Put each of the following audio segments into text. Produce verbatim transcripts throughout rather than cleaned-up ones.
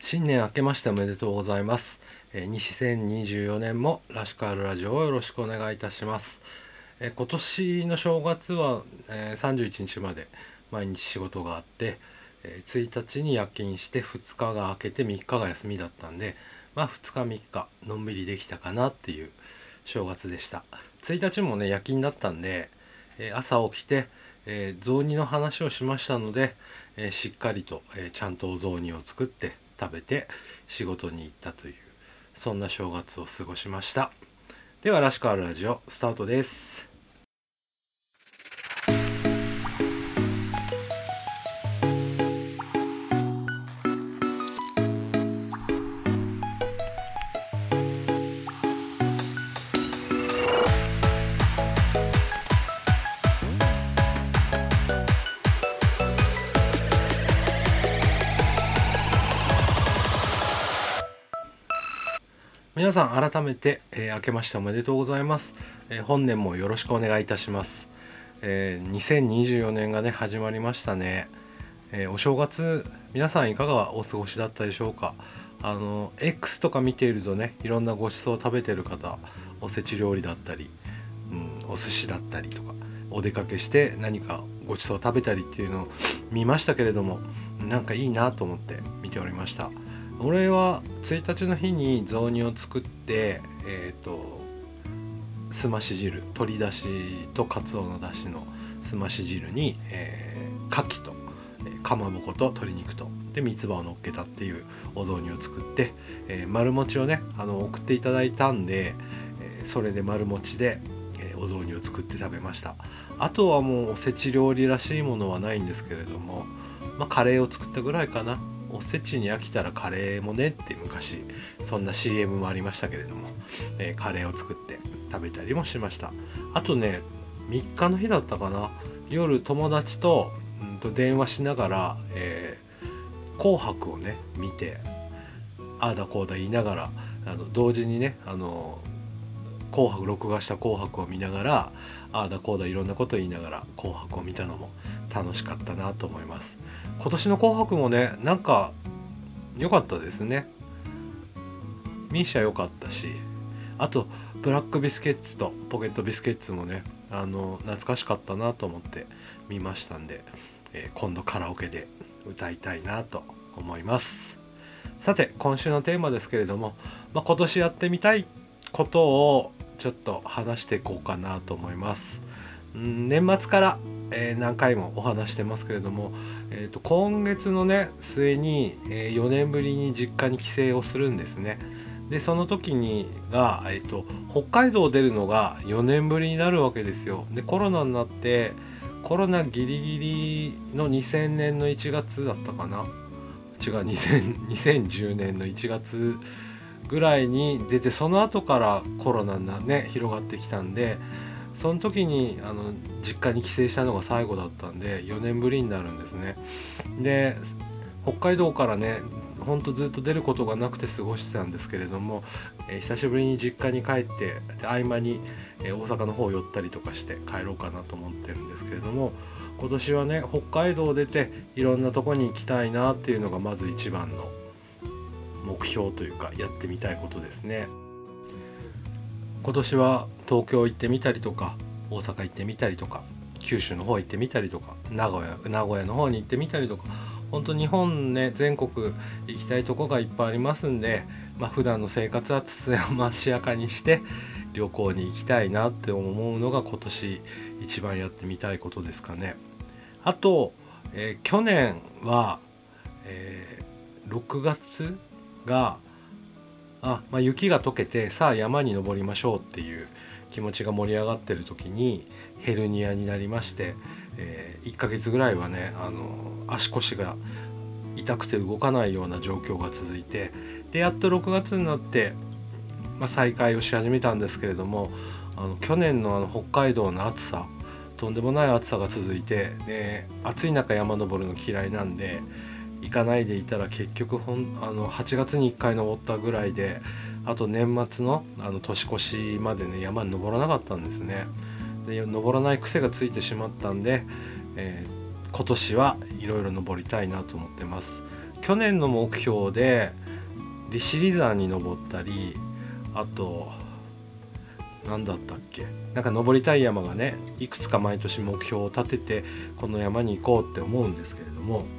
新年明けましておめでとうございます。えーにせんにじゅうよねんもらしくあるラジオをよろしくお願いいたします。えー今年の正月は、えーさんじゅういちにちまで毎日仕事があって、えーついたちに夜勤してふつかが明けてみっかが休みだったんで、まあふつかみっかのんびりできたかなっていう正月でした。ついたちもね夜勤だったんで、えー朝起きて、えー雑煮の話をしましたので、えーしっかりと、えーちゃんとお雑煮を作って食べて仕事に行ったという、そんな正月を過ごしました。ではらしくあるラジオスタートです。皆さん改めて、えー明けましておめでとうございます。えー本年もよろしくお願いいたします。えーにせんにじゅうよねんがね始まりましたね。えーお正月皆さんいかがお過ごしだったでしょうか。あの X とか見ているとね、いろんなごちそうを食べてる方、おせち料理だったり、うん、お寿司だったりとか、お出かけして何かごちそうを食べたりっていうのを見ましたけれども、なんかいいなと思って見ておりました。俺はついたちの日に雑煮を作って、えっ、とすまし汁、鶏だしとかつおのだしのすまし汁に、えー、牡蠣と、えーかまぼこと鶏肉とで三つ葉を乗っけたっていうお雑煮を作って、えー丸餅をねあの送っていただいたんで、えーそれで丸餅で、えーお雑煮を作って食べました。あとはもうおせち料理らしいものはないんですけれども、まあカレーを作ったぐらいかな。おせちに飽きたらカレーもねって昔そんな シーエム もありましたけれども、えーカレーを作って食べたりもしました。あとねみっかの日だったかな、夜友達と、うんと電話しながら、えー紅白をね見て、ああだこうだ言いながら、あの同時にねあの紅白録画した紅白を見ながら、ああだこうだいろんなことを言いながら紅白を見たのも楽しかったなと思います。今年の紅白もねなんか良かったですね。ミーシャ良かったし、あとブラックビスケッツとポケットビスケッツもねあの懐かしかったなと思って見ましたんで、えー今度カラオケで歌いたいなと思います。さて今週のテーマですけれども、まあ、今年やってみたいことをちょっと話していこうかなと思います。うん年末から、えー何回もお話してますけれども、えーと今月のね末に、えーよねんぶりに実家に帰省をするんですね。でその時にが、えーと北海道を出るのがよねんぶりになるわけですよ。でコロナになって、コロナギリギリのにせんねんのいちがつだったかな、違うにせんにせんじゅうねんのいちがつぐらいに出て、その後からコロナがね広がってきたんで、その時にあの実家に帰省したのが最後だったんでよねんぶりになるんですね。で北海道からねほんとずっと出ることがなくて過ごしてたんですけれども、えー久しぶりに実家に帰ってで合間に、えー大阪の方寄ったりとかして帰ろうかなと思ってるんですけれども、今年はね北海道を出ていろんなとこに行きたいなっていうのがまず一番の目標というかやってみたいことですね。今年は東京行ってみたりとか、大阪行ってみたりとか、九州の方行ってみたりとか、名古屋名古屋の方に行ってみたりとか、本当日本ね全国行きたいとこがいっぱいありますんで、まあ普段の生活はつつましやかにして旅行に行きたいなって思うのが今年一番やってみたいことですかね。あと、えー去年は、えーろくがつがあ、まあ、雪が溶けてさあ山に登りましょうっていう気持ちが盛り上がってる時にヘルニアになりまして、えーいっかげつぐらいはねあの足腰が痛くて動かないような状況が続いて、でやっとろくがつになって、まあ、再開をし始めたんですけれども、あの去年のあの北海道の暑さ、とんでもない暑さが続いて、で暑い中山登るの嫌いなんで行かないでいたら結局ほんあのはちがつにいっかい登ったぐらいで、あと年末のあの年越しまでね山に登らなかったんですね。で登らない癖がついてしまったんで、えー今年はいろいろ登りたいなと思ってます。 去年の目標で利尻山に登ったり、あと何だったっけ、なんか登りたい山がねいくつか毎年目標を立ててこの山に行こうって思うんですけれども、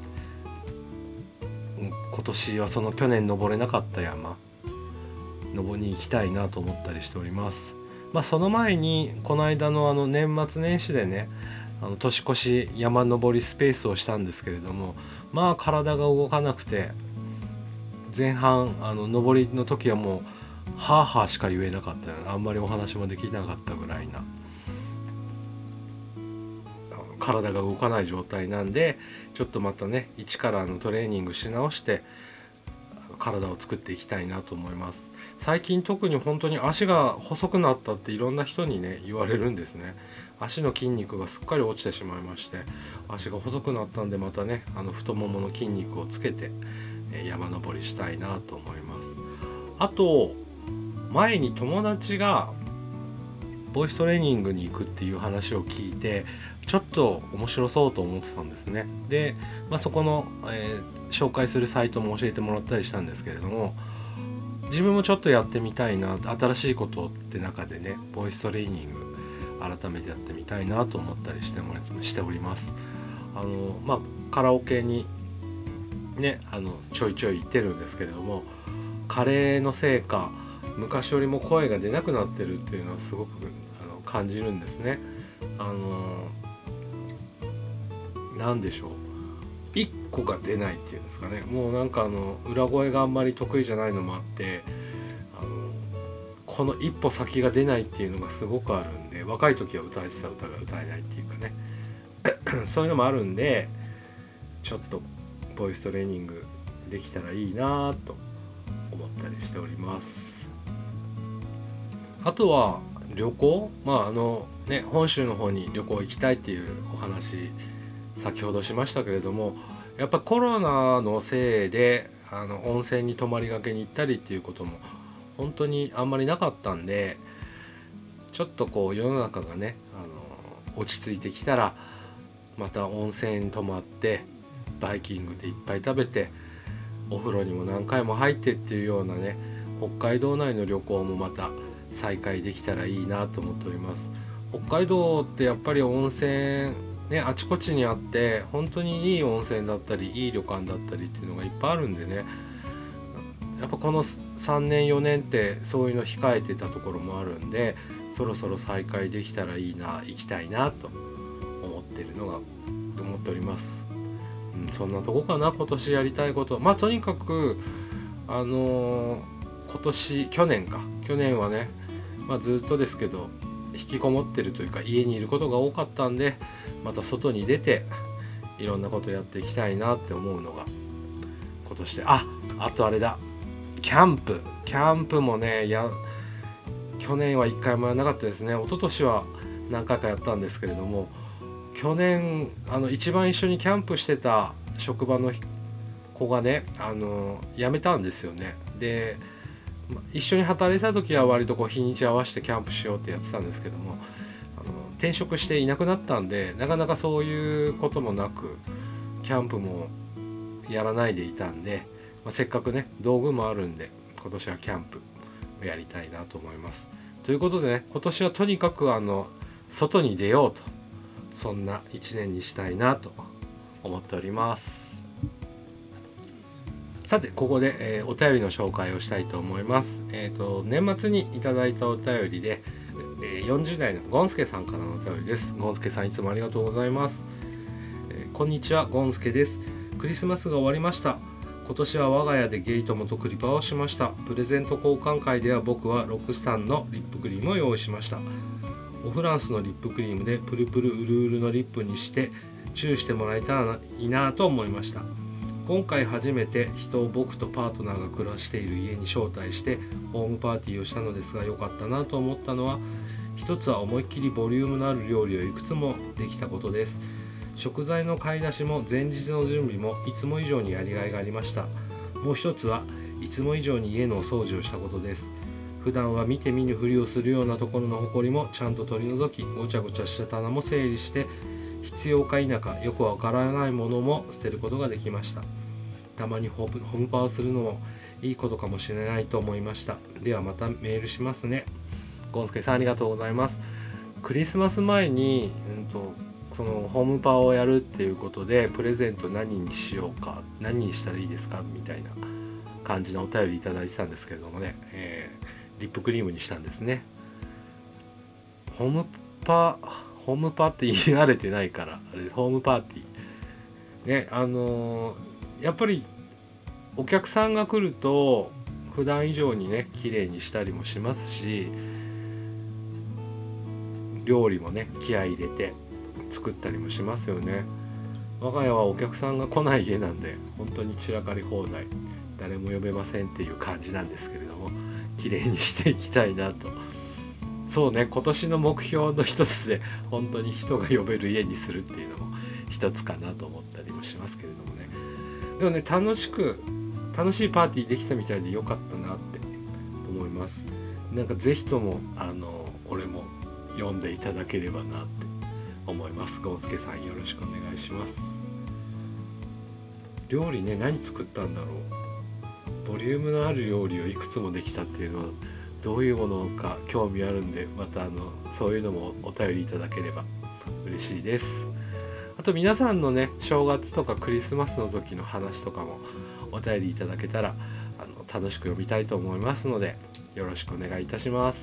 今年はその去年登れなかった山登りに行きたいなと思ったりしております。まあその前にこの間のあの年末年始でね、あの年越し山登りスペースをしたんですけれども、まあ体が動かなくて、前半あの登りの時はもうはあはあしか言えなかったよね。あんまりお話もできなかったぐらいな体が動かない状態なんで、ちょっとまたね一からのトレーニングし直して体を作っていきたいなと思います。最近特に本当に足が細くなったっていろんな人にね言われるんですね。足の筋肉がすっかり落ちてしまいまして、足が細くなったんでまたねあの太ももの筋肉をつけて山登りしたいなと思います。あと前に友達がボイストレーニングに行くっていう話を聞いて、ちょっと面白そうと思ってたんですね。で、まあ、そこの、えー、紹介するサイトも教えてもらったりしたんですけれども、自分もちょっとやってみたいな、新しいことって中でねボイストレーニング改めてやってみたいなと思ったりしてもらしております。あのまあカラオケにねあのちょいちょい行ってるんですけれども、加齢のせいか昔よりも声が出なくなってるっていうのはすごくあの感じるんですね。あのなんでしょう、一個が出ないっていうんですかね。もうなんかあの裏声があんまり得意じゃないのもあって、あのこの一歩先が出ないっていうのがすごくあるんで、若い時は歌えてた歌が歌えないっていうかねそういうのもあるんで、ちょっとボイストレーニングできたらいいなと思ったりしております。あとは旅行、まああのね本州の方に旅行行きたいっていうお話先ほどしましたけれども、やっぱコロナのせいであの温泉に泊まりがけに行ったりっていうことも本当にあんまりなかったんで、ちょっとこう世の中がねあの落ち着いてきたらまた温泉に泊まってバイキングでいっぱい食べてお風呂にも何回も入ってっていうようなね北海道内の旅行もまた再開できたらいいなと思っております。北海道ってやっぱり温泉ねあちこちにあって、本当にいい温泉だったりいい旅館だったりっていうのがいっぱいあるんでね、やっぱこのさんねんよねんってそういうの控えてたところもあるんで、そろそろ再開できたらいいな、行きたいなと思ってるのが思っております。うん、そんなとこかな今年やりたいこと。まあとにかくあのー、今年去年か去年はね、まあ、ずっとですけど引きこもってるというか家にいることが多かったんで、また外に出ていろんなことやっていきたいなって思うのが今年で、ああとあれだ、キャンプキャンプもねや去年はいっかいもやらなかったですね。一昨年は何回かやったんですけれども、去年あの一番一緒にキャンプしてた職場の子がねあの辞めたんですよね。で一緒に働いてた時は割とこう日にち合わせてキャンプしようってやってたんですけども、あの転職していなくなったんでなかなかそういうこともなくキャンプもやらないでいたんで、まあ、せっかくね道具もあるんで今年はキャンプをやりたいなと思います。ということでね、今年はとにかくあの外に出ようと、そんないちねんにしたいなと思っております。さてここで、えー、お便りの紹介をしたいと思います。えーと、年末にいただいたお便りで、えー、よんじゅう代のゴンスケさんからのお便りです。ゴンスケさんいつもありがとうございます。えー、こんにちは、ゴンスケです。クリスマスが終わりました。今年は我が家でゲイ友とクリパをしました。プレゼント交換会では僕はロクスタンのリップクリームを用意しました。オフランスのリップクリームでプルプルウルウルのリップにしてチューしてもらえたらいいなと思いました。今回初めて人を僕とパートナーが暮らしている家に招待してホームパーティーをしたのですが、良かったなと思ったのは、一つは思いっきりボリュームのある料理をいくつもできたことです。食材の買い出しも前日の準備もいつも以上にやりがいがありました。もう一つはいつも以上に家のお掃除をしたことです。普段は見て見ぬふりをするようなところのほこりもちゃんと取り除き、ごちゃごちゃした棚も整理して、必要か否かよくわからないものも捨てることができました。 たまにホームホームパをするのもいいことかもしれないと思いました。ではまたメールしますね。ゴンスケさんありがとうございます。クリスマス前に、うんと、そのホームパをやるっていうことでプレゼント何にしようか、何にしたらいいですかみたいな感じのお便りいただいてたんですけれどもね、えー、リップクリームにしたんですね。ホームパホームパって言い慣れてないからあれ、ホームパーティーね、あのー、やっぱりお客さんが来ると普段以上にね綺麗にしたりもしますし、料理もね気合い入れて作ったりもしますよね。我が家はお客さんが来ない家なんで本当に散らかり放題、誰も呼べませんっていう感じなんですけれども、綺麗にしていきたいなと。そうね、今年の目標の一つで本当に人が呼べる家にするっていうのも一つかなと思ったりもしますけれどもね。でもね、楽しく楽しいパーティーできたみたいでよかったなって思います。なんかぜひともあの俺も呼んでいただければなって思います。ゴンスケさんよろしくお願いします。料理ね、何作ったんだろう。ボリュームのある料理をいくつもできたっていうのはどういうものか興味あるんで、またあのそういうのもお便りいただければ嬉しいです。あと皆さんのね正月とかクリスマスの時の話とかもお便りいただけたらあの楽しく読みたいと思いますのでよろしくお願いいたします。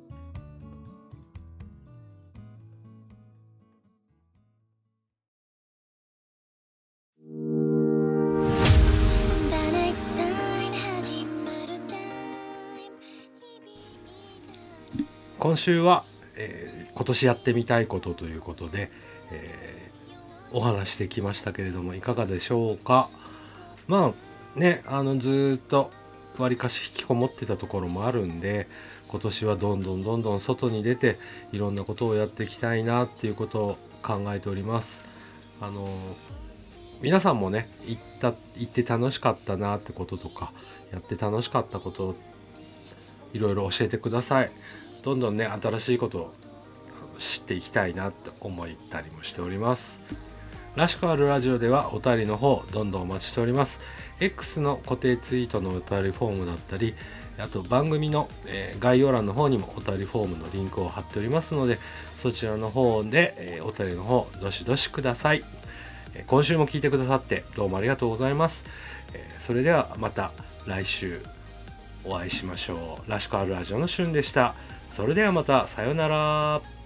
今週は、えー、今年やってみたいことということで、えー、お話してきましたけれどもいかがでしょうか。まあね、あのずっとわりかし引きこもってたところもあるんで、今年はどんどんどんどん外に出ていろんなことをやっていきたいなっていうことを考えております。あの皆さんもね行った行って楽しかったなってこととかやって楽しかったことをいろいろ教えてください。どんどんね新しいことを知っていきたいなって思ったりもしております。らしくあるラジオではお便りの方どんどんお待ちしております。 X の固定ツイートのお便りフォームだったり、あと番組の、えー、概要欄の方にもお便りフォームのリンクを貼っておりますので、そちらの方で、えー、お便りの方どしどしください。えー、今週も聞いてくださってどうもありがとうございます。えー、それではまた来週お会いしましょう。らしくあるラジオのしゅんでした。それではまたさようなら。